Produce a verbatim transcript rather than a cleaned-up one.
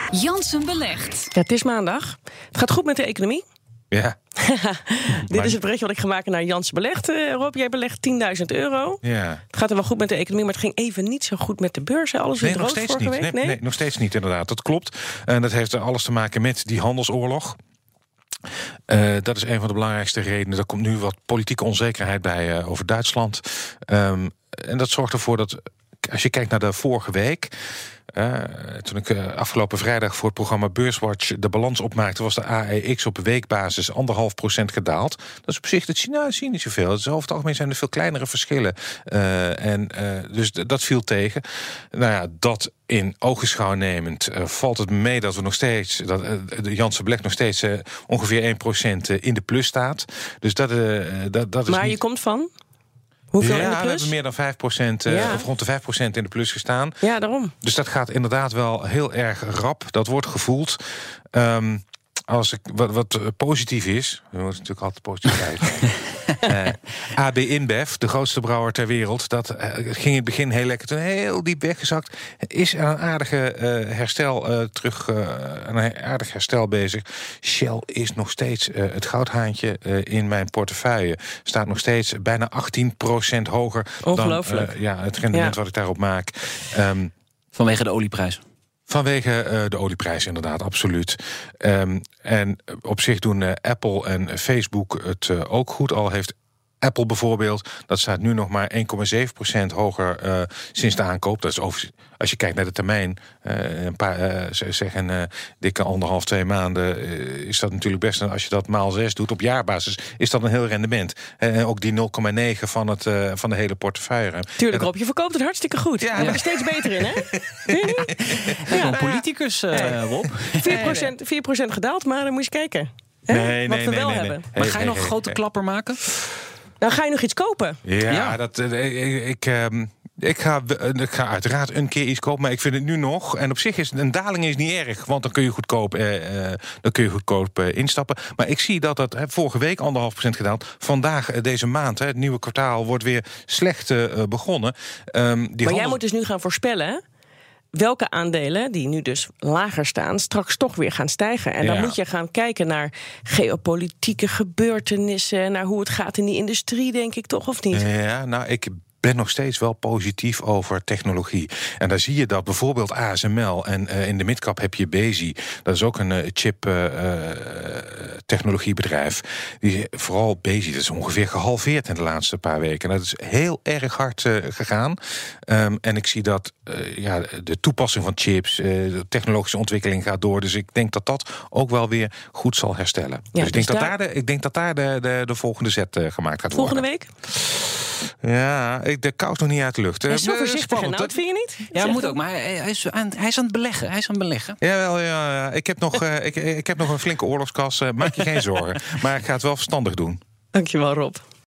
Janssen belegt. Ja, het is maandag. Het gaat goed met de economie. Ja. Dit maar... is het berichtje wat ik gemaakt naar Janssen belegt. Uh, Rob, jij belegt tienduizend euro. Ja. Het gaat er wel goed met de economie, maar het ging even niet zo goed met de beurzen. Alles nee, in nog rood steeds vorige niet. week? Nee, Nee? nee, nog steeds niet inderdaad. Dat klopt. En dat heeft alles te maken met die handelsoorlog. Uh, dat is een van de belangrijkste redenen. Er komt nu wat politieke onzekerheid bij uh, over Duitsland. Um, en dat zorgt ervoor dat, als je kijkt naar de vorige week... Uh, toen ik uh, afgelopen vrijdag voor het programma Beurswatch de balans opmaakte, was de A E X op weekbasis anderhalf procent gedaald. Dat is op zich, dat zie, nou, zie je niet zoveel. Dus over het algemeen zijn er veel kleinere verschillen. Uh, en, uh, dus d- dat viel tegen. Nou ja, dat in ogenschouw nemend uh, valt het mee dat we nog steeds, dat uh, de Janssen Belegt nog steeds uh, ongeveer één procent in de plus staat. Dus dat, uh, dat, dat is maar niet... je komt van? Hoeveel ja, in de plus? we hebben meer dan vijf procent, uh, ja. of rond de vijf procent in de plus gestaan. Ja, daarom. Dus dat gaat inderdaad wel heel erg rap. Dat wordt gevoeld. Um, als ik wat, wat positief is, we moeten natuurlijk altijd positief blijven. uh, A B InBev, de grootste brouwer ter wereld, dat uh, ging in het begin heel lekker, toen heel diep weggezakt. Is er een aardige uh, herstel uh, terug, uh, een aardig herstel bezig. Shell is nog steeds uh, het goudhaantje uh, in mijn portefeuille. Staat nog steeds bijna achttien procent hoger dan uh, ja, het rendement ja. wat ik daarop maak. Um, Vanwege de olieprijs. Vanwege uh, de olieprijs, inderdaad, absoluut. Um, en op zich doen uh, Apple en Facebook het uh, ook goed. Al heeft Apple bijvoorbeeld, dat staat nu nog maar één komma zeven procent hoger uh, sinds de aankoop. Dat is over, als je kijkt naar de termijn, uh, een paar, uh, zeg een uh, dikke anderhalf, twee maanden, uh, is dat natuurlijk best, als je dat maal zes doet op jaarbasis, is dat een heel rendement. En uh, ook die nul komma negen van, het, uh, van de hele portefeuille. Tuurlijk, Rob, je verkoopt het hartstikke goed. Ja, je bent er steeds beter in, hè? Ja, een politicus, uh, Rob. vier procent gedaald, maar dan moet je kijken. Hè? Nee, Wat nee, we nee, wel nee, hebben. nee. Maar ga je nog een hey, grote hey. klapper maken? Nou, ga je nog iets kopen? Ja, ja. dat, uh, ik... Um, Ik ga, ik ga uiteraard een keer iets kopen, maar ik vind het nu nog. En op zich is een daling is niet erg, want dan kun je goedkoop, eh, uh, dan kun je goedkoop uh, instappen. Maar ik zie dat dat hè, vorige week anderhalf procent gedaald. Vandaag, uh, deze maand, hè, het nieuwe kwartaal wordt weer slecht uh, begonnen. Um, die maar handel... jij moet dus nu gaan voorspellen welke aandelen, die nu dus lager staan, straks toch weer gaan stijgen. En dan ja. moet je gaan kijken naar geopolitieke gebeurtenissen, naar hoe het gaat in die industrie, denk ik toch, of niet? Ja, nou, ik ben nog steeds wel positief over technologie. En daar zie je dat bijvoorbeeld A S M L en uh, in de midcap heb je Bezi. Dat is ook een uh, chip uh, uh, technologiebedrijf. Die, vooral Bezi, dat is ongeveer gehalveerd in de laatste paar weken. En dat is heel erg hard uh, gegaan. Um, en ik zie dat uh, ja, de toepassing van chips, uh, de technologische ontwikkeling gaat door. Dus ik denk dat dat ook wel weer goed zal herstellen. Ja, dus ik, dus denk daar... Dat daar de, ik denk dat daar de, de, de volgende zet uh, gemaakt gaat volgende worden. Volgende week? Ja, ik, de kous nog niet uit de lucht. Hij is zo voorzichtig en oud, vind je niet? Ja, moet ook, maar hij, hij, is aan, hij is aan het beleggen. Hij is aan het beleggen. Jawel, ja, ja. Ik heb nog, uh, ik, ik heb nog een flinke oorlogskas. Uh, maak je geen zorgen. Maar ik ga het wel verstandig doen. Dankjewel, Rob.